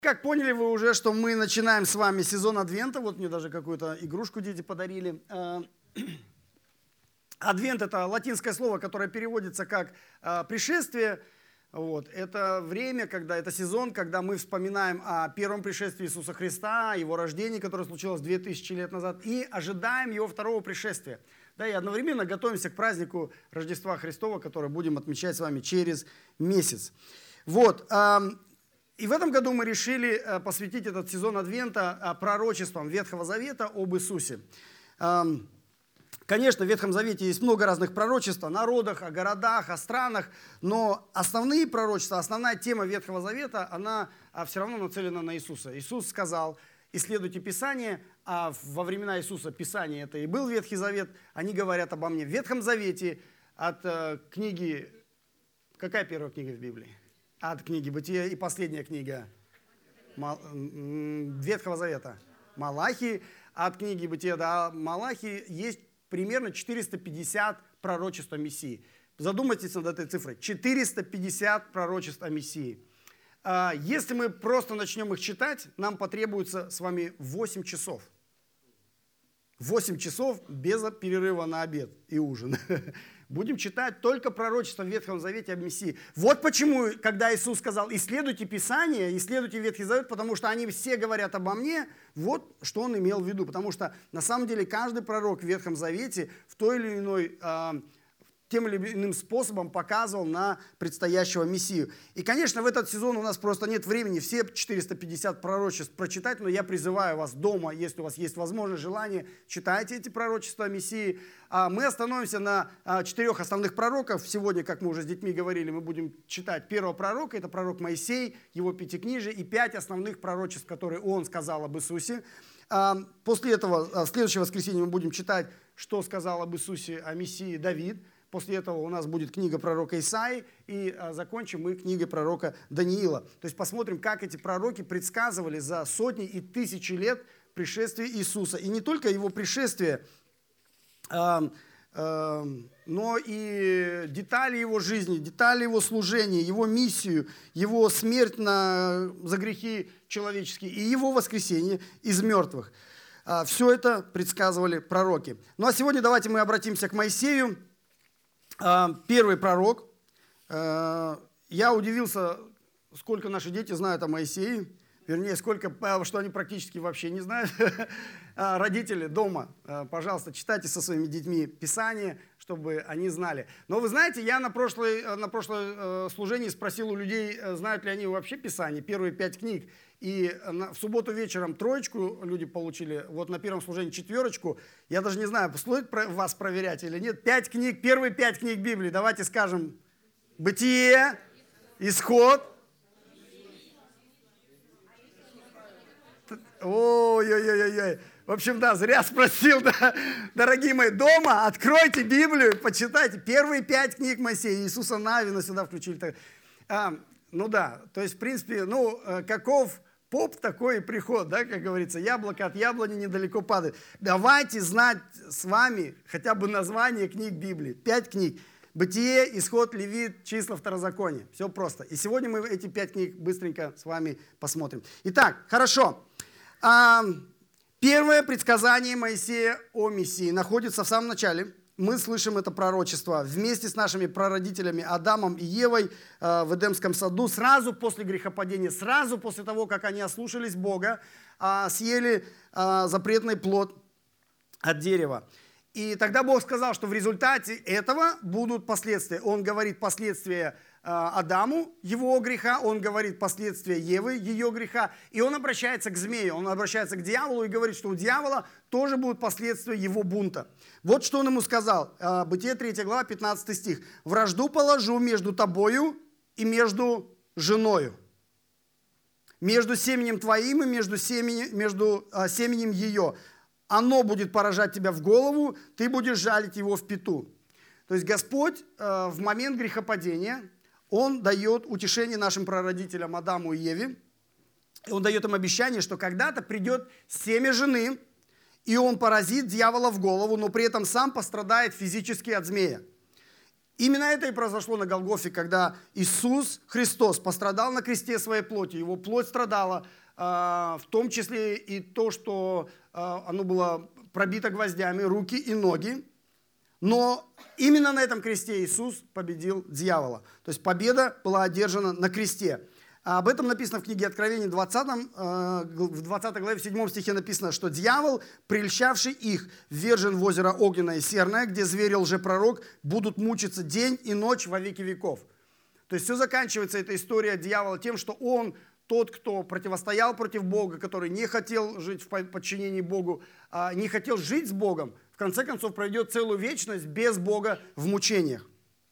Как поняли вы уже, что мы начинаем с вами сезон Адвента. Вот мне даже какую-то игрушку дети подарили. Адвент – это латинское слово, которое переводится как «пришествие». Вот. Это время, это сезон, когда мы вспоминаем о первом пришествии Иисуса Христа, Его рождении, которое случилось 2000 лет назад, и ожидаем Его второго пришествия. Да, и одновременно готовимся к празднику Рождества Христова, который будем отмечать с вами через месяц. Вот. И в этом году мы решили посвятить этот сезон Адвента пророчествам Ветхого Завета об Иисусе. Конечно, в Ветхом Завете есть много разных пророчеств о народах, о городах, о странах, но основные пророчества, основная тема Ветхого Завета, она все равно нацелена на Иисуса. Иисус сказал: исследуйте Писание, а во времена Иисуса Писание это и был Ветхий Завет, они говорят обо мне. В Ветхом Завете от книги, какая первая книга в Библии? От книги Бытия и последняя книга Ветхого Завета, Малахии. От книги Бытия до Малахии есть примерно 450 пророчеств о Мессии. Задумайтесь над этой цифрой. 450 пророчеств о Мессии. Если мы просто начнем их читать, нам потребуется с вами 8 часов. 8 часов без перерыва на обед и ужин. Будем читать только пророчество в Ветхом Завете об Мессии. Вот почему, когда Иисус сказал: исследуйте Писание, исследуйте Ветхий Завет, потому что они все говорят обо мне, вот что он имел в виду. Потому что на самом деле каждый пророк в Ветхом Завете в той или иной, тем или иным способом показывал на предстоящего Мессию. И, конечно, в этот сезон у нас просто нет времени все 450 пророчеств прочитать, но я призываю вас дома, если у вас есть возможность, желание, читайте эти пророчества о Мессии. Мы остановимся на 4 основных пророков. Сегодня, как мы уже с детьми говорили, мы будем читать первого пророка, это пророк Моисей, его пятикнижие, и 5 основных пророчеств, которые он сказал об Иисусе. После этого, в следующее воскресенье мы будем читать, что сказал об Иисусе, о Мессии Давид. После этого у нас будет книга пророка Исаии, и закончим мы книгой пророка Даниила. То есть посмотрим, как эти пророки предсказывали за сотни и тысячи лет пришествие Иисуса. И не только его пришествие, но и детали его жизни, детали его служения, его миссию, его смерть за грехи человеческие и его воскресение из мертвых. Все это предсказывали пророки. Ну а сегодня давайте мы обратимся к Моисею. Первый пророк. Я удивился, сколько наши дети знают о Моисее. Вернее, что они практически вообще не знают. Родители дома, пожалуйста, читайте со своими детьми Писание, чтобы они знали. Но вы знаете, я на прошлое служении спросил у людей, знают ли они вообще Писание, первые 5 книг. И в субботу вечером 3 люди получили, вот на первом служении 4. Я даже не знаю, стоит вас проверять или нет. 5 книг, первые 5 книг Библии. Давайте скажем: Бытие, Исход. Ой-ой-ой-ой. В общем, да, зря спросил, да. Дорогие мои, дома откройте Библию, почитайте. Первые 5 книг Моисея, Иисуса Навина сюда включили. Ну да, то есть, в принципе, каков поп, такой и приход, да, как говорится. Яблоко от яблони недалеко падает. Давайте знать с вами хотя бы название книг Библии. 5 книг. Бытие, Исход, Левит, Числа, Второзаконие. Все просто. И сегодня мы эти 5 книг быстренько с вами посмотрим. Итак, хорошо. Первое предсказание Моисея о Мессии находится в самом начале. Мы слышим это пророчество вместе с нашими прародителями Адамом и Евой в Эдемском саду. Сразу после грехопадения, сразу после того, как они ослушались Бога, съели запретный плод от дерева. И тогда Бог сказал, что в результате этого будут последствия. Он говорит последствия Адаму, его греха, он говорит последствия Евы, ее греха, и он обращается к змею, он обращается к дьяволу и говорит, что у дьявола тоже будут последствия его бунта. Вот что он ему сказал, Бытие 3 глава, 15 стих. «Вражду положу между тобою и между женою, между семенем твоим и между семенем ее. Оно будет поражать тебя в голову, ты будешь жалить его в пяту». То есть Господь в момент грехопадения, Он дает утешение нашим прародителям Адаму и Еве. И Он дает им обещание, что когда-то придет семя жены, и он поразит дьявола в голову, но при этом сам пострадает физически от змея. Именно это и произошло на Голгофе, когда Иисус Христос пострадал на кресте своей плоти. Его плоть страдала, в том числе и то, что оно было пробито гвоздями, руки и ноги. Но именно на этом кресте Иисус победил дьявола. То есть победа была одержана на кресте. Об этом написано в книге Откровения в 20 главе, в 7 стихе написано, что дьявол, прельщавший их, ввержен в озеро огненное и серное, где зверь и лжепророк будут мучиться день и ночь во веки веков. То есть все заканчивается, эта история дьявола, тем, что он тот, кто противостоял против Бога, который не хотел жить в подчинении Богу, не хотел жить с Богом, в конце концов проведет целую вечность без Бога в мучениях.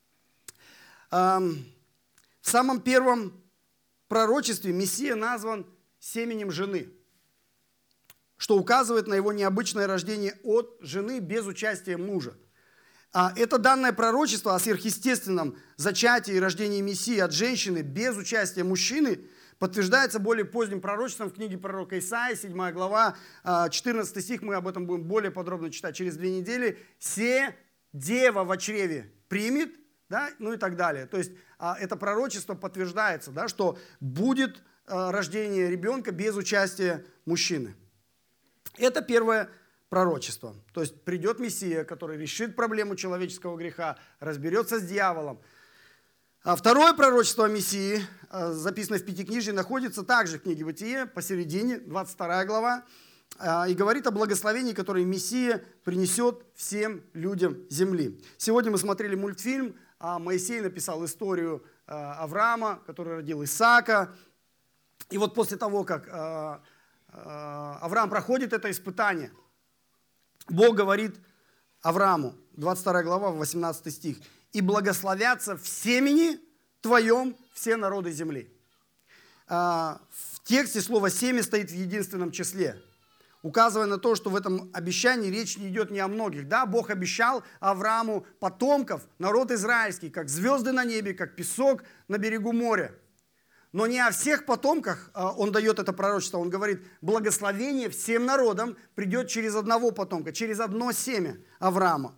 В самом первом пророчестве Мессия назван семенем жены, что указывает на его необычное рождение от жены без участия мужа. Это данное пророчество о сверхъестественном зачатии и рождении Мессии от женщины без участия мужчины подтверждается более поздним пророчеством в книге пророка Исаии, 7 глава, 14 стих, мы об этом будем более подробно читать через 2 недели. «Се дева во чреве примет», да, ну и так далее. То есть это пророчество подтверждается, да, что будет рождение ребенка без участия мужчины. Это первое пророчество. То есть придет Мессия, который решит проблему человеческого греха, разберется с дьяволом. Второе пророчество о Мессии, записанное в Пятикнижии, находится также в книге Бытие, посередине, 22 глава, и говорит о благословении, которое Мессия принесет всем людям земли. Сегодня мы смотрели мультфильм, Моисей написал историю Авраама, который родил Исаака. И вот после того, как Авраам проходит это испытание, Бог говорит Аврааму, 22 глава, 18 стих, «И благословятся в семени твоем все народы земли». В тексте слово «семя» стоит в единственном числе, указывая на то, что в этом обещании речь не идет не о многих. Да, Бог обещал Аврааму потомков, народ израильский, как звезды на небе, как песок на берегу моря. Но не о всех потомках он дает это пророчество. Он говорит, благословение всем народам придет через одного потомка, через одно семя Авраама.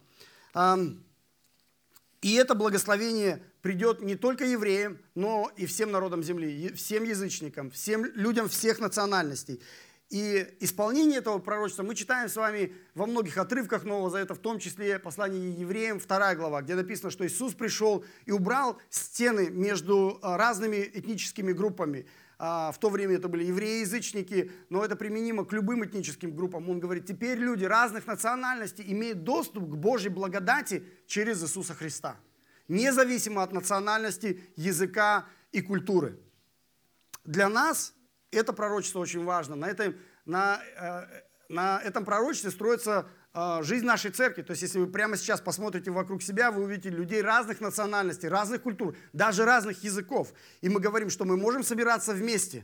И это благословение придет не только евреям, но и всем народам земли, всем язычникам, всем людям всех национальностей. И исполнение этого пророчества мы читаем с вами во многих отрывках Нового Завета, в том числе послание евреям, 2 глава, где написано, что Иисус пришел и убрал стены между разными этническими группами. В то время это были евреи, язычники, но это применимо к любым этническим группам. Он говорит, теперь люди разных национальностей имеют доступ к Божьей благодати через Иисуса Христа, независимо от национальности, языка и культуры. Для нас это пророчество очень важно. На этом пророчестве строится жизнь нашей церкви. То есть, если вы прямо сейчас посмотрите вокруг себя, вы увидите людей разных национальностей, разных культур, даже разных языков. И мы говорим, что мы можем собираться вместе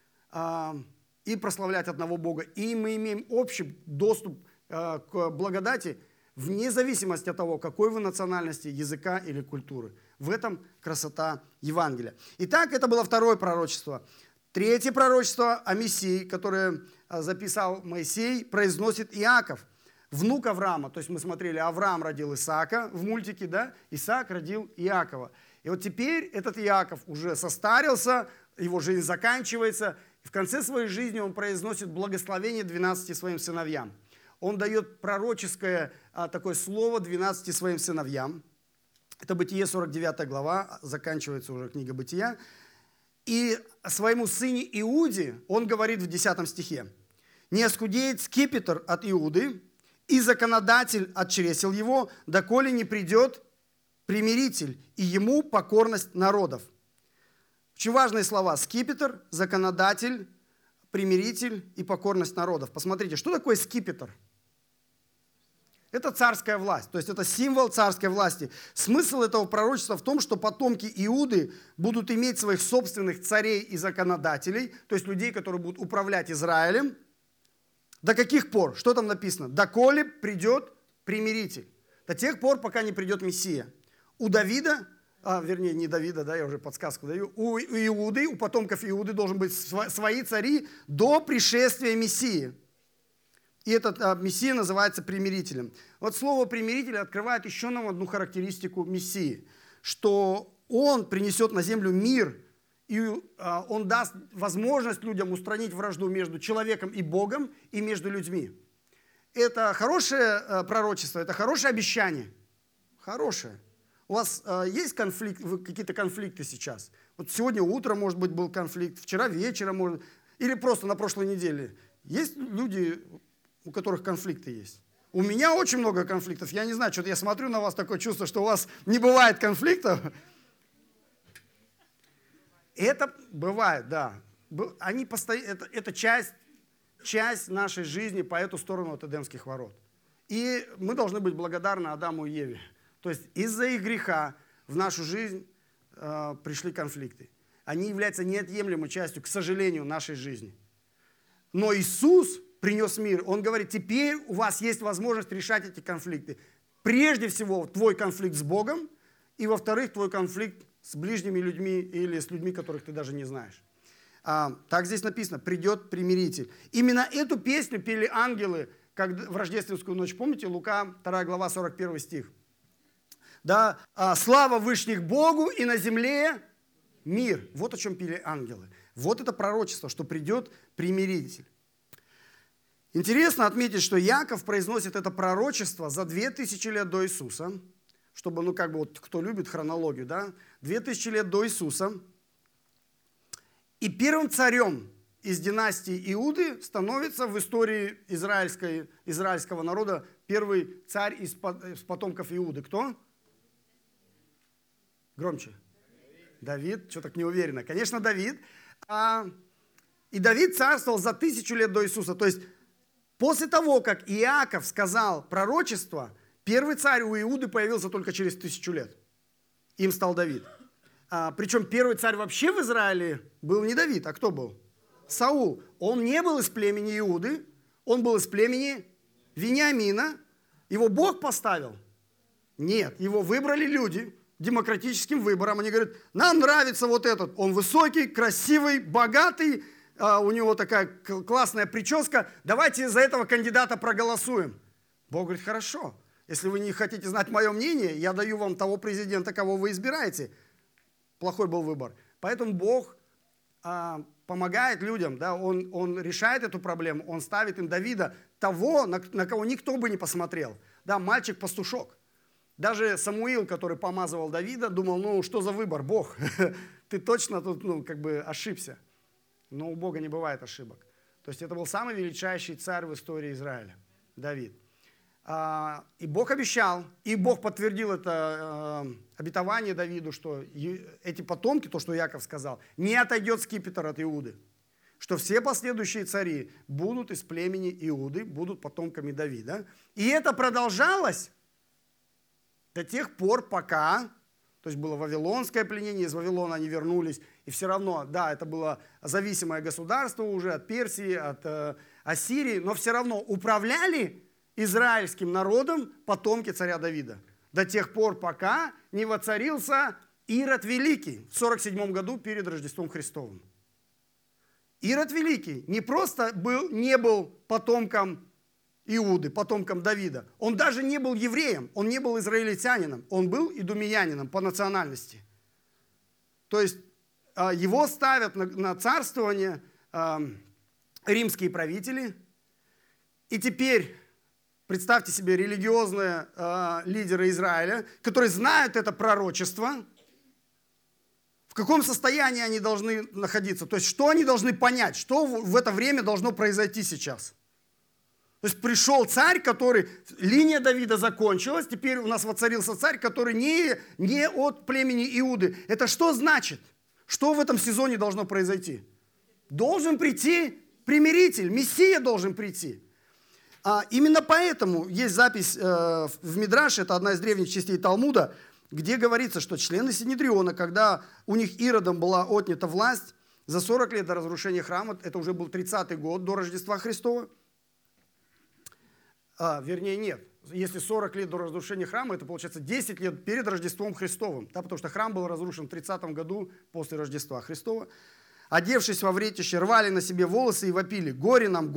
и прославлять одного Бога. И мы имеем общий доступ к благодати вне зависимости от того, какой вы национальности, языка или культуры. В этом красота Евангелия. Итак, это было второе пророчество. Третье пророчество о Мессии, которое записал Моисей, произносит Иаков, внук Авраама. То есть мы смотрели, Авраам родил Исаака в мультике, да? Исаак родил Иакова. И вот теперь этот Иаков уже состарился, его жизнь заканчивается. И в конце своей жизни он произносит благословение 12 своим сыновьям. Он дает пророческое такое слово 12 своим сыновьям. Это Бытие, 49 глава, заканчивается уже книга Бытия. И своему сыне Иуде он говорит в 10 стихе, «Не оскудеет скипетр от Иуды, и законодатель от чресел его, доколе не придет примиритель, и ему покорность народов». Очень важные слова. Скипетр, законодатель, примиритель и покорность народов. Посмотрите, что такое скипетр? Это царская власть, то есть это символ царской власти. Смысл этого пророчества в том, что потомки Иуды будут иметь своих собственных царей и законодателей, то есть людей, которые будут управлять Израилем. До каких пор? Что там написано? «Доколе придет примиритель». До тех пор, пока не придет Мессия. У Давида, вернее, не Давида, да, я уже подсказку даю, у Иуды, у потомков Иуды должен быть свои цари до пришествия Мессии. И этот Мессия называется примирителем. Вот слово «примиритель» открывает еще нам одну характеристику Мессии. что Он принесет на землю мир, и Он даст возможность людям устранить вражду между человеком и Богом, и между людьми. Это хорошее пророчество, это хорошее обещание. Хорошее. У вас есть какие-то конфликты сейчас? Вот сегодня утром, может быть, был конфликт, вчера вечером, может, или просто на прошлой неделе. Есть люди, у которых конфликты есть? У меня очень много конфликтов. Я не знаю, что-то я смотрю на вас, такое чувство, что у вас не бывает конфликтов. Это бывает, да. Это часть нашей жизни по эту сторону от Эдемских ворот. И мы должны быть благодарны Адаму и Еве. То есть из-за их греха в нашу жизнь пришли конфликты. Они являются неотъемлемой частью, к сожалению, нашей жизни. Но Иисус принес мир. Он говорит, теперь у вас есть возможность решать эти конфликты. Прежде всего, твой конфликт с Богом, и во-вторых, твой конфликт с ближними людьми или с людьми, которых ты даже не знаешь. Так здесь написано, придет примиритель. Именно эту песню пели ангелы в рождественскую ночь. Помните, Лука 2 глава 41 стих? Да, слава вышних Богу и на земле мир. Вот о чем пели ангелы. Вот это пророчество, что придет примиритель. Интересно отметить, что Яков произносит это пророчество за 2000 лет до Иисуса, чтобы, кто любит хронологию, да, 2000 лет до Иисуса. И первым царем из династии Иуды становится в истории израильского народа первый царь из потомков Иуды. Кто? Громче. Давид. Что так неуверенно? Конечно, Давид. И Давид царствовал за 1000 лет до Иисуса. То есть после того, как Иаков сказал пророчество, первый царь у Иуды появился только через 1000 лет. Им стал Давид. Причем первый царь вообще в Израиле был не Давид, а кто был? Саул. Он не был из племени Иуды, он был из племени Вениамина. Его Бог поставил? Нет, его выбрали люди демократическим выбором. Они говорят, нам нравится вот этот. Он высокий, красивый, богатый, у него такая классная прическа. Давайте за этого кандидата проголосуем. Бог говорит, хорошо. Если вы не хотите знать мое мнение, я даю вам того президента, кого вы избираете. Плохой был выбор. Поэтому Бог помогает людям, да, он решает эту проблему, он ставит им Давида, того, на кого никто бы не посмотрел. Да, мальчик-пастушок. Даже Самуил, который помазывал Давида, думал, что за выбор, Бог, ты точно тут ошибся. Но у Бога не бывает ошибок. То есть это был самый величайший царь в истории Израиля, Давид. И Бог обещал, и Бог подтвердил это обетование Давиду, что эти потомки, то, что Яков сказал, не отойдет скипетр от Иуды. Что все последующие цари будут из племени Иуды, будут потомками Давида. И это продолжалось до тех пор, пока, то есть было вавилонское пленение, из Вавилона они вернулись, и все равно, да, это было зависимое государство уже от Персии, от Ассирии, но все равно управляли израильским народом потомки царя Давида. До тех пор, пока не воцарился Ирод Великий в 47 году перед Рождеством Христовым. Ирод Великий не просто не был потомком Иуды, потомком Давида. Он даже не был евреем, он не был израильтянином, он был идумеянином по национальности. То есть его ставят на царствование римские правители. И теперь представьте себе религиозные лидеры Израиля, которые знают это пророчество, в каком состоянии они должны находиться, то есть что они должны понять, что в это время должно произойти сейчас. То есть пришел царь, линия Давида закончилась, теперь у нас воцарился царь, который не от племени Иуды. Это что значит? Что в этом сезоне должно произойти? Должен прийти примиритель, Мессия должен прийти. Именно поэтому есть запись в Мидраше, это одна из древних частей Талмуда, где говорится, что члены Синедриона, когда у них Иродом была отнята власть, за 40 лет до разрушения храма, это уже был 30-й год до Рождества Христова, вернее, нет. Если 40 лет до разрушения храма, это получается 10 лет перед Рождеством Христовым. Да, потому что храм был разрушен в 30-м году после Рождества Христова. Одевшись во вретище, рвали на себе волосы и вопили: горе нам,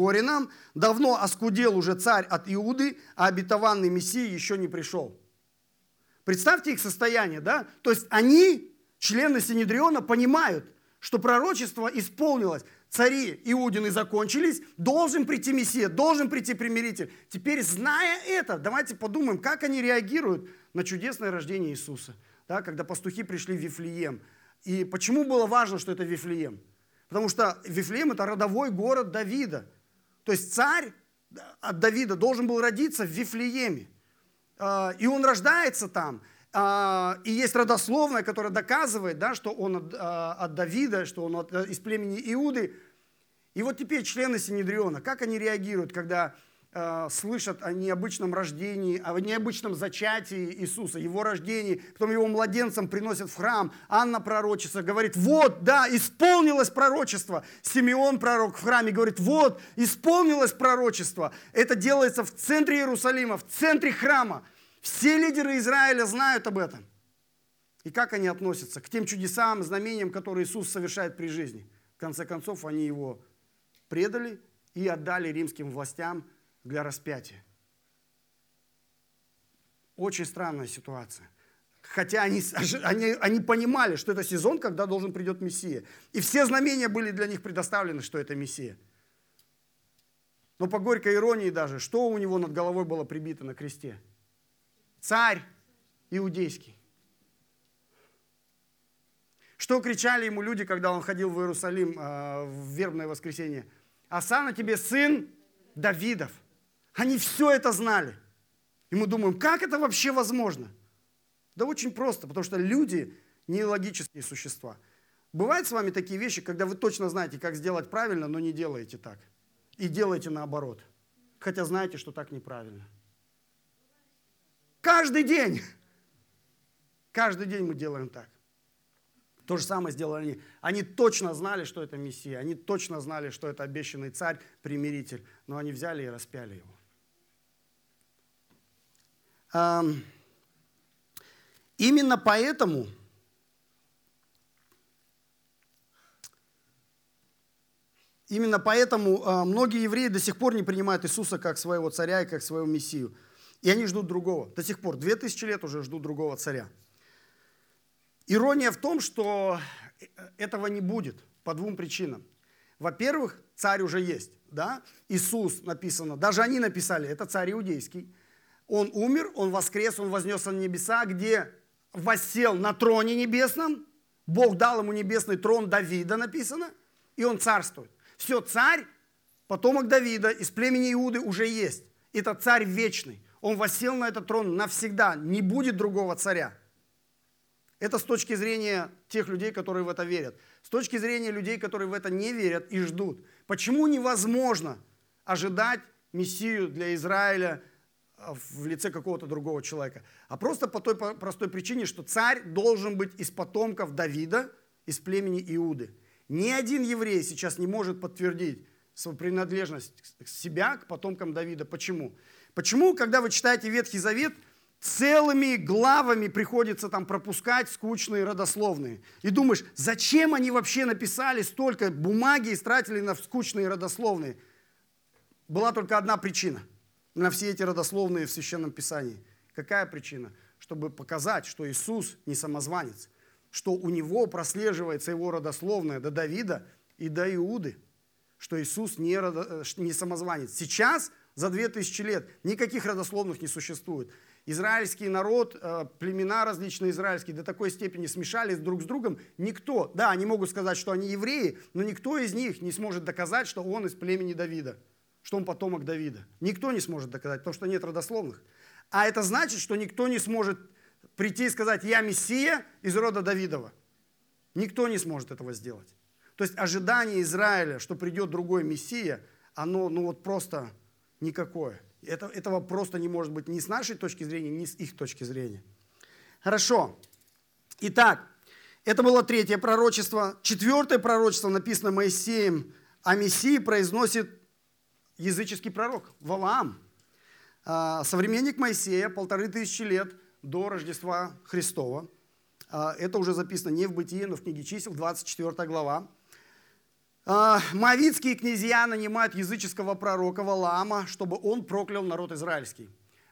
давно оскудел уже царь от Иуды, а обетованный Мессия еще не пришел. Представьте их состояние, да? То есть они, члены Синедриона, понимают, что пророчество исполнилось. Цари Иудины закончились, должен прийти Мессия, должен прийти примиритель. Теперь, зная это, давайте подумаем, как они реагируют на чудесное рождение Иисуса, да, когда пастухи пришли в Вифлеем. И почему было важно, что это Вифлеем? Потому что Вифлеем – это родовой город Давида. То есть царь от Давида должен был родиться в Вифлееме. И он рождается там. И есть родословная, которая доказывает, да, что он от Давида, что он из племени Иуды. И вот теперь члены Синедриона, как они реагируют, когда слышат о необычном рождении, о необычном зачатии Иисуса, его рождении, потом его младенцам приносят в храм. Анна пророчица говорит, вот, да, исполнилось пророчество. Симеон пророк в храме говорит, вот, исполнилось пророчество. Это делается в центре Иерусалима, в центре храма. Все лидеры Израиля знают об этом. И как они относятся к тем чудесам, знамениям, которые Иисус совершает при жизни. В конце концов, они его предали и отдали римским властям для распятия. Очень странная ситуация. Хотя они понимали, что это сезон, когда должен придет Мессия. И все знамения были для них предоставлены, что это Мессия. Но по горькой иронии даже, что у него над головой было прибито на кресте? Царь иудейский. Что кричали ему люди, когда он ходил в Иерусалим в вербное воскресенье? «Осанна тебе, сын Давидов». Они все это знали. И мы думаем, как это вообще возможно? Да очень просто, потому что люди не логические существа. Бывают с вами такие вещи, когда вы точно знаете, как сделать правильно, но не делаете так. И делаете наоборот. Хотя знаете, что так неправильно. Каждый день. Каждый день мы делаем так. То же самое сделали они. Они точно знали, что это Мессия. Они точно знали, что это обещанный царь, примиритель. Но они взяли и распяли его. Именно поэтому многие евреи до сих пор не принимают Иисуса как своего царя и как своего Мессию. И они ждут другого. До сих пор. 2000 лет уже ждут другого царя. Ирония в том, что этого не будет по двум причинам. Во-первых, царь уже есть. Да? Иисус написано, даже они написали, это царь иудейский. Он умер, он воскрес, он вознесся на небеса, где воссел на троне небесном. Бог дал ему небесный трон Давида, написано, и он царствует. Все, царь, потомок Давида, из племени Иуды уже есть. Это царь вечный. Он воссел на этот трон навсегда. Не будет другого царя. Это с точки зрения тех людей, которые в это верят. С точки зрения людей, которые в это не верят и ждут. Почему невозможно ожидать Мессию для Израиля в лице какого-то другого человека? А просто по той простой причине, что царь должен быть из потомков Давида, из племени Иуды. Ни один еврей сейчас не может подтвердить свою принадлежность себя к потомкам Давида. Почему? Почему, когда вы читаете Ветхий Завет, целыми главами приходится там пропускать скучные родословные? И думаешь, зачем они вообще написали столько бумаги и истратили на скучные родословные? Была только одна причина на все эти родословные в Священном Писании. Какая причина? Чтобы показать, что Иисус не самозванец, что у него прослеживается его родословная до Давида и до Иуды, что Иисус не самозванец. Сейчас, за 2000 лет, никаких родословных не существует. Израильский народ, племена различные израильские до такой степени смешались друг с другом. Никто, да, они могут сказать, что они евреи, но никто из них не сможет доказать, что он из племени Давида, что он потомок Давида. Никто не сможет доказать, потому что нет родословных. А это значит, что никто не сможет прийти и сказать, я Мессия из рода Давидова. Никто не сможет этого сделать. То есть ожидание Израиля, что придет другой Мессия, оно просто никакое. Этого просто не может быть ни с нашей точки зрения, ни с их точки зрения. Хорошо. Итак, это было третье пророчество. Четвертое пророчество, написано Моисеем о Мессии, произносит языческий пророк Валаам. Современник Моисея, 1500 лет до Рождества Христова. Это уже записано не в Бытие, но в книге Чисел, 24 глава. Моавитские князья нанимают языческого пророка Валаама, чтобы он проклял народ израильский.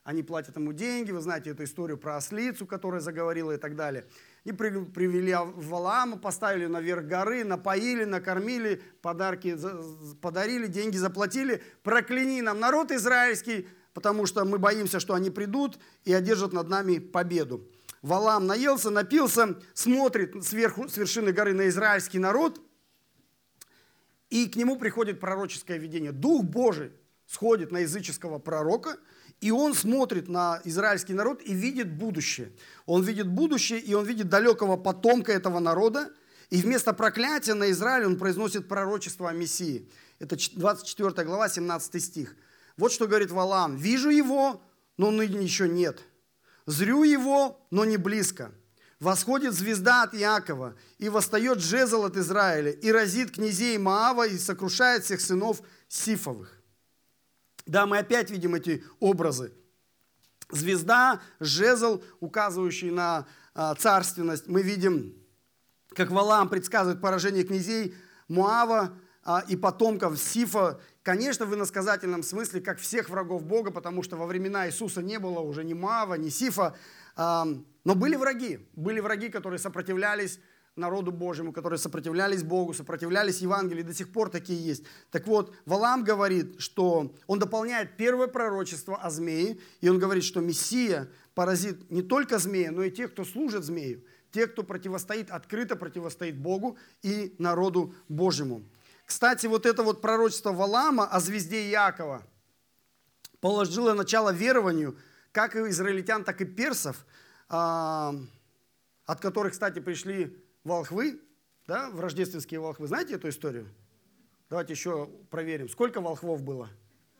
они платят ему деньги, вы знаете эту историю про ослицу, которая заговорила и так далее. И привели Валаама, поставили наверх горы, напоили, накормили, подарки подарили, деньги заплатили. Прокляни нам народ израильский, потому что мы боимся, что они придут и одержат над нами победу. Валаам наелся, напился, смотрит с вершины горы на израильский народ, и к нему приходит пророческое видение. Дух Божий сходит на языческого пророка, и он смотрит на израильский народ и видит будущее. Он видит будущее, и он видит далекого потомка этого народа. И вместо проклятия на Израиль он произносит пророчество о Мессии. Это 24 глава, 17 стих. Вот что говорит Валаам. «Вижу его, но ныне еще нет. Зрю его, но не близко. Восходит звезда от Иакова, и восстает жезл от Израиля, и разит князей Моава, и сокрушает всех сынов Сифовых». Да, мы опять видим эти образы. Звезда, жезл, указывающий на царственность. Мы видим, как Валаам предсказывает поражение князей Моава и потомков Сифа. Конечно, в иносказательном смысле, как всех врагов Бога, потому что во времена Иисуса не было уже ни Моава, ни Сифа. Но были враги, которые сопротивлялись народу Божьему, которые сопротивлялись Богу, сопротивлялись Евангелию, до сих пор такие есть. Так вот, Валаам говорит, что он дополняет первое пророчество о змее, и он говорит, что Мессия поразит не только змея, но и тех, кто служит змею, тех, кто открыто противостоит Богу и народу Божьему. Кстати, вот это вот пророчество Валаама о звезде Иакова положило начало верованию как и израильтян, так и персов, от которых, кстати, пришли волхвы, да, в рождественские волхвы. Знаете эту историю? Давайте еще проверим. Сколько волхвов было?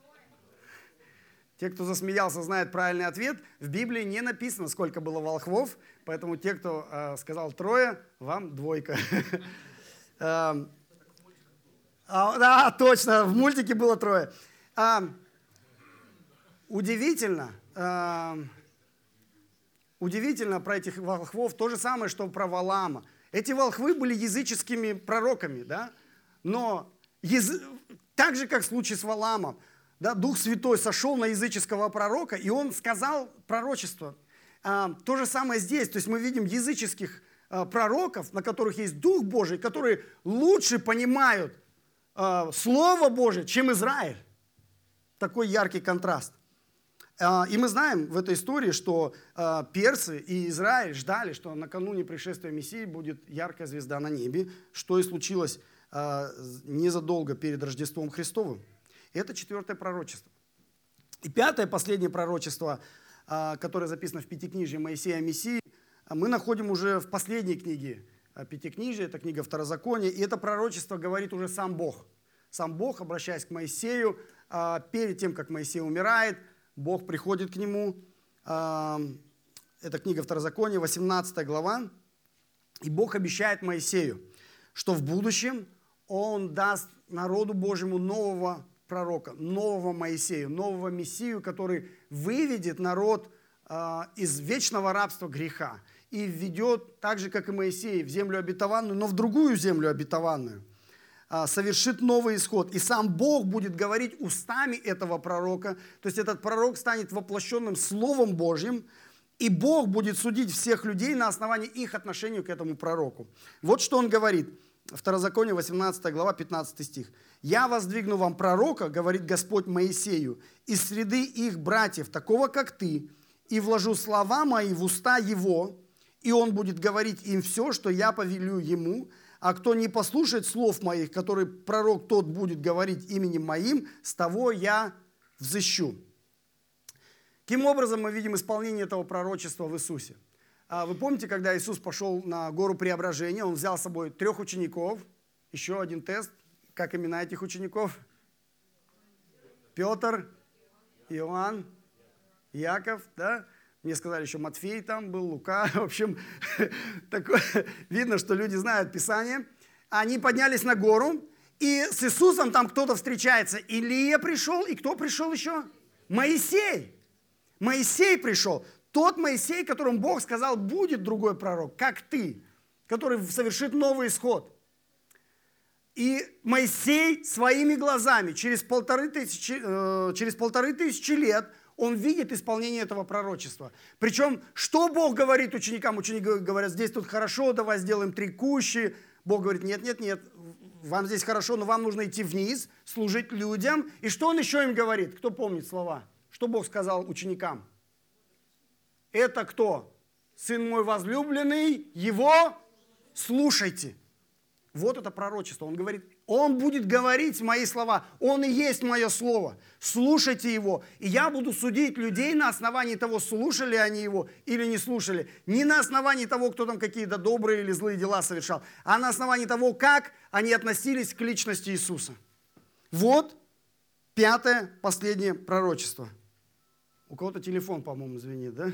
Те, кто засмеялся, знают правильный ответ. В Библии не написано, сколько было волхвов, поэтому те, кто сказал 3, вам 2. Да, точно, в мультике было 3. Удивительно про этих волхвов то же самое, что про Валаама. Эти волхвы были языческими пророками, да? Но так же, как в случае с Валаамом, да, Дух Святой сошел на языческого пророка, и он сказал пророчество. То же самое здесь. То есть мы видим языческих пророков, на которых есть Дух Божий, которые лучше понимают Слово Божие, чем Израиль. Такой яркий контраст. И мы знаем в этой истории, что персы и Израиль ждали, что накануне пришествия Мессии будет яркая звезда на небе, что и случилось незадолго перед Рождеством Христовым. Это 4-е пророчество. И 5-е, последнее пророчество, которое записано в Пятикнижии Моисея о Мессии, мы находим уже в последней книге Пятикнижия, это книга Второзакония, и это пророчество говорит уже сам Бог. Сам Бог, обращаясь к Моисею, перед тем, как Моисей умирает, Бог приходит к нему. Это книга Второзакония, 18 глава. И Бог обещает Моисею, что в будущем Он даст народу Божьему нового пророка, нового Моисею, нового Мессию, который выведет народ из вечного рабства греха и введет, так же, как и Моисей, в землю обетованную, но в другую землю обетованную. Совершит новый исход. И сам Бог будет говорить устами этого пророка. То есть этот пророк станет воплощенным Словом Божьим, и Бог будет судить всех людей на основании их отношения к этому пророку. Вот что он говорит. Второзаконие, 18 глава, 15 стих. «Я воздвигну вам пророка, говорит Господь Моисею, из среды их братьев, такого, как ты, и вложу слова мои в уста его, и он будет говорить им все, что я повелю ему, а кто не послушает слов моих, которые пророк тот будет говорить именем моим, с того я взыщу». Каким образом мы видим исполнение этого пророчества в Иисусе? Вы помните, когда Иисус пошел на гору Преображения, Он взял с собой 3 учеников, еще один тест, как имена этих учеников? Петр, Иоанн, Яков, да? Мне сказали, еще Матфей там был, Лука. В общем, такое, видно, что люди знают Писание. Они поднялись на гору, и с Иисусом там кто-то встречается. Илия пришел, и кто пришел еще? Моисей. Моисей пришел. Тот Моисей, которому Бог сказал, будет другой пророк, как ты, который совершит новый исход. И Моисей своими глазами через 1500 лет Он видит исполнение этого пророчества. Причем, что Бог говорит ученикам? Ученики говорят, здесь тут хорошо, давай сделаем 3 кущи. Бог говорит, нет, вам здесь хорошо, но вам нужно идти вниз, служить людям. И что Он еще им говорит? Кто помнит слова? Что Бог сказал ученикам? Это кто? Сын мой возлюбленный, его слушайте. Вот это пророчество. Он говорит, Он будет говорить мои слова. Он и есть мое слово. Слушайте Его. И я буду судить людей на основании того, слушали они Его или не слушали. Не на основании того, кто там какие-то добрые или злые дела совершал, а на основании того, как они относились к личности Иисуса. Вот 5-е, последнее пророчество. У кого-то телефон, по-моему, звенит, да?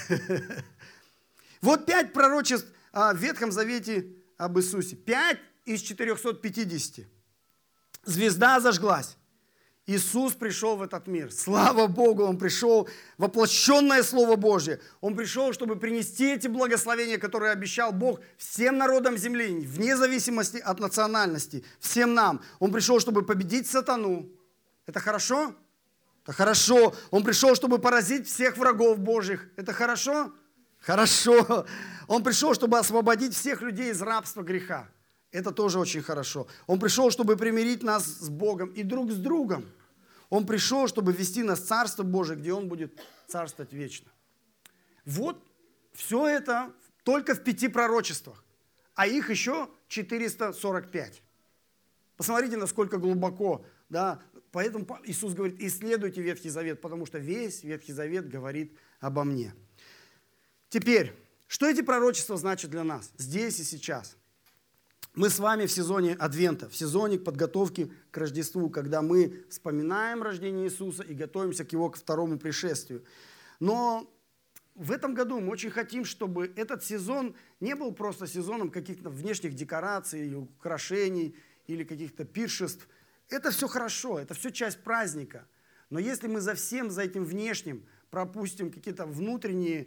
Вот 5 пророчеств в Ветхом Завете об Иисусе. 5 из 450. Звезда зажглась. Иисус пришел в этот мир. Слава Богу, Он пришел, воплощенное Слово Божье. Он пришел, чтобы принести эти благословения, которые обещал Бог всем народам земли, вне зависимости от национальности, всем нам. Он пришел, чтобы победить сатану. Это хорошо? Это хорошо. Он пришел, чтобы поразить всех врагов Божьих. Это хорошо? Хорошо. Он пришел, чтобы освободить всех людей из рабства греха. Это тоже очень хорошо. Он пришел, чтобы примирить нас с Богом и друг с другом. Он пришел, чтобы ввести нас в Царство Божие, где Он будет царствовать вечно. Вот все это только в 5 пророчествах, а их еще 445. Посмотрите, насколько глубоко. Да? Поэтому Иисус говорит, исследуйте Ветхий Завет, потому что весь Ветхий Завет говорит обо мне. Теперь, что эти пророчества значат для нас здесь и сейчас? Мы с вами в сезоне Адвента, в сезоне подготовки к Рождеству, когда мы вспоминаем рождение Иисуса и готовимся к Его второму пришествию. Но в этом году мы очень хотим, чтобы этот сезон не был просто сезоном каких-то внешних декораций, украшений или каких-то пиршеств. Это все хорошо, это все часть праздника. Но если мы за этим внешним пропустим какие-то внутреннее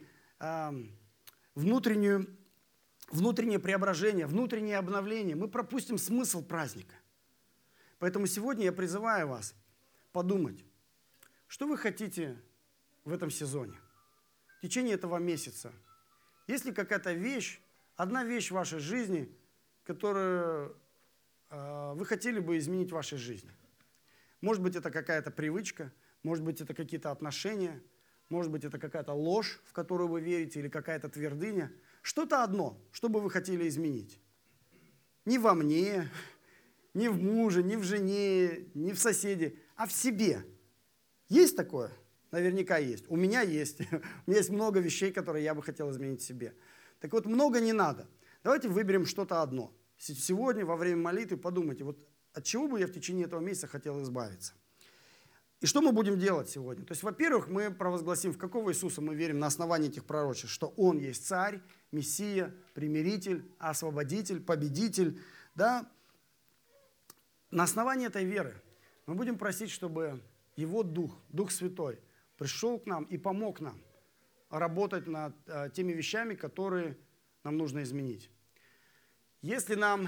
преображение, внутреннее обновление, мы пропустим смысл праздника. Поэтому сегодня я призываю вас подумать, что вы хотите в этом сезоне, в течение этого месяца. Есть ли какая-то вещь, одна вещь в вашей жизни, которую вы хотели бы изменить в вашей жизни? Может быть, это какая-то привычка, может быть, это какие-то отношения, может быть, это какая-то ложь, в которую вы верите, или какая-то твердыня. Что-то одно, что бы вы хотели изменить. Не во мне, не в муже, не в жене, не в соседе, а в себе. Есть такое? Наверняка есть. У меня есть. У меня есть много вещей, которые я бы хотел изменить в себе. Так вот, много не надо. Давайте выберем что-то одно. Сегодня, во время молитвы, подумайте, вот от чего бы я в течение этого месяца хотел избавиться. И что мы будем делать сегодня? То есть, во-первых, мы провозгласим, в какого Иисуса мы верим на основании этих пророчеств, что Он есть Царь, Мессия, Примиритель, Освободитель, Победитель. Да? На основании этой веры мы будем просить, чтобы Его Дух, Дух Святой, пришел к нам и помог нам работать над теми вещами, которые нам нужно изменить. Если нам...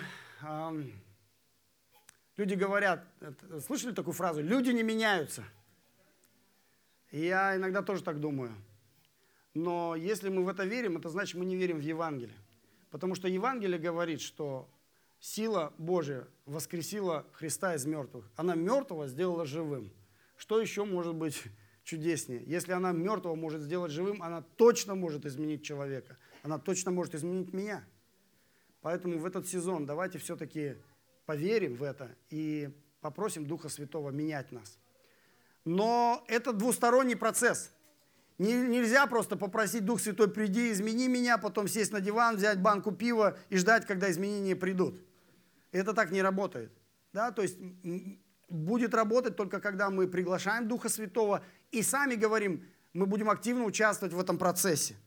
Люди говорят, слышали такую фразу, люди не меняются. И я иногда тоже так думаю. Но если мы в это верим, это значит, мы не верим в Евангелие. Потому что Евангелие говорит, что сила Божия воскресила Христа из мертвых. Она мертвого сделала живым. Что еще может быть чудеснее? Если она мертвого может сделать живым, она точно может изменить человека. Она точно может изменить меня. Поэтому в этот сезон давайте все-таки поверим в это и попросим Духа Святого менять нас. Но это двусторонний процесс. Нельзя просто попросить Дух Святой, приди, измени меня, потом сесть на диван, взять банку пива и ждать, когда изменения придут. Это так не работает. Да? То есть будет работать только когда мы приглашаем Духа Святого и сами говорим, мы будем активно участвовать в этом процессе.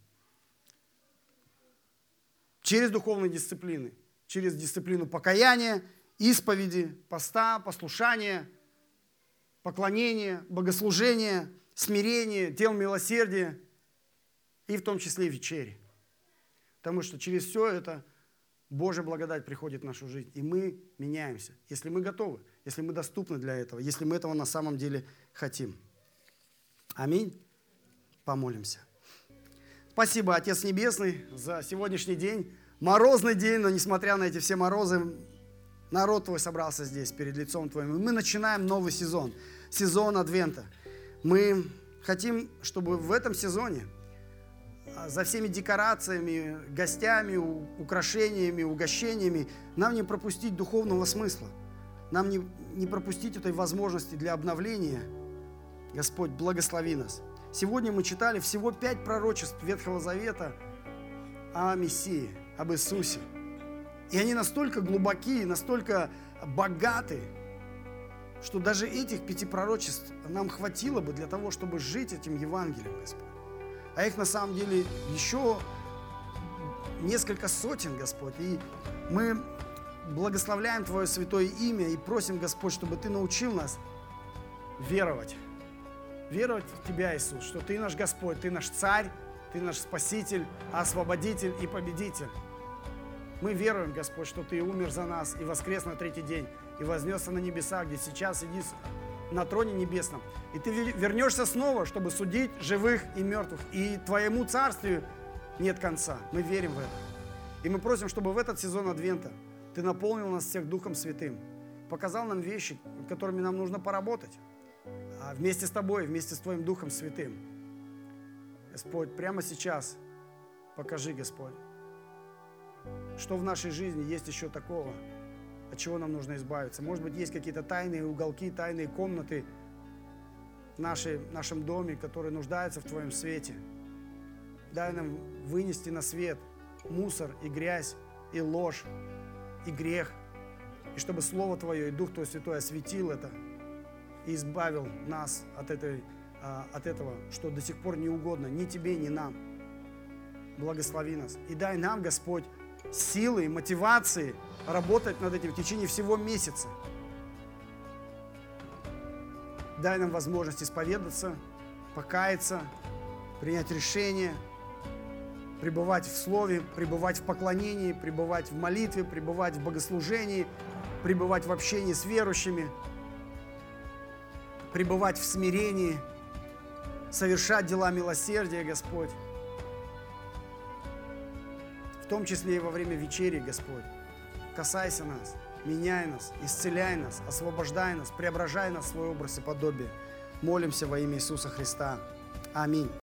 Через духовные дисциплины, через дисциплину покаяния, исповеди, поста, послушания, поклонения, богослужения, смирения, дел милосердия и в том числе вечери. Потому что через все это Божья благодать приходит в нашу жизнь, и мы меняемся, если мы готовы, если мы доступны для этого, если мы этого на самом деле хотим. Аминь. Помолимся. Спасибо, Отец Небесный, за сегодняшний день. Морозный день, но несмотря на эти все морозы, народ Твой собрался здесь, перед лицом Твоим. И мы начинаем новый сезон, сезон Адвента. Мы хотим, чтобы в этом сезоне за всеми декорациями, гостями, украшениями, угощениями нам не пропустить духовного смысла. Нам не пропустить этой возможности для обновления. Господь, благослови нас. Сегодня мы читали всего 5 пророчеств Ветхого Завета о Мессии, об Иисусе. И они настолько глубокие, настолько богаты, что даже этих 5 пророчеств нам хватило бы для того, чтобы жить этим Евангелием, Господь. А их на самом деле еще несколько сотен, Господь. И мы благословляем Твое святое имя и просим, Господь, чтобы Ты научил нас веровать. Веровать в Тебя, Иисус, что Ты наш Господь, Ты наш Царь, Ты наш Спаситель, Освободитель и Победитель. Мы веруем, Господь, что Ты умер за нас и воскрес на 3-й день, и вознесся на небеса, где сейчас сидишь на троне небесном. И Ты вернешься снова, чтобы судить живых и мертвых. И Твоему царствию нет конца. Мы верим в это. И мы просим, чтобы в этот сезон Адвента Ты наполнил нас всех Духом Святым, показал нам вещи, которыми нам нужно поработать. А вместе с Тобой, вместе с Твоим Духом Святым. Господь, прямо сейчас покажи, Господь, что в нашей жизни есть еще такого, от чего нам нужно избавиться. Может быть, есть какие-то тайные уголки, тайные комнаты в нашем доме, которые нуждаются в Твоем свете. Дай нам вынести на свет мусор и грязь, и ложь, и грех. И чтобы Слово Твое и Дух Твой Святой осветил это и избавил нас от этого, что до сих пор не угодно ни Тебе, ни нам. Благослови нас. И дай нам, Господь, силы и мотивации работать над этим в течение всего месяца. Дай нам возможность исповедаться, покаяться, принять решение, пребывать в Слове, пребывать в поклонении, пребывать в молитве, пребывать в богослужении, пребывать в общении с верующими, пребывать в смирении, совершать дела милосердия, Господь. В том числе и во время вечери, Господь. Касайся нас, меняй нас, исцеляй нас, освобождай нас, преображай нас в свой образ и подобие. Молимся во имя Иисуса Христа. Аминь.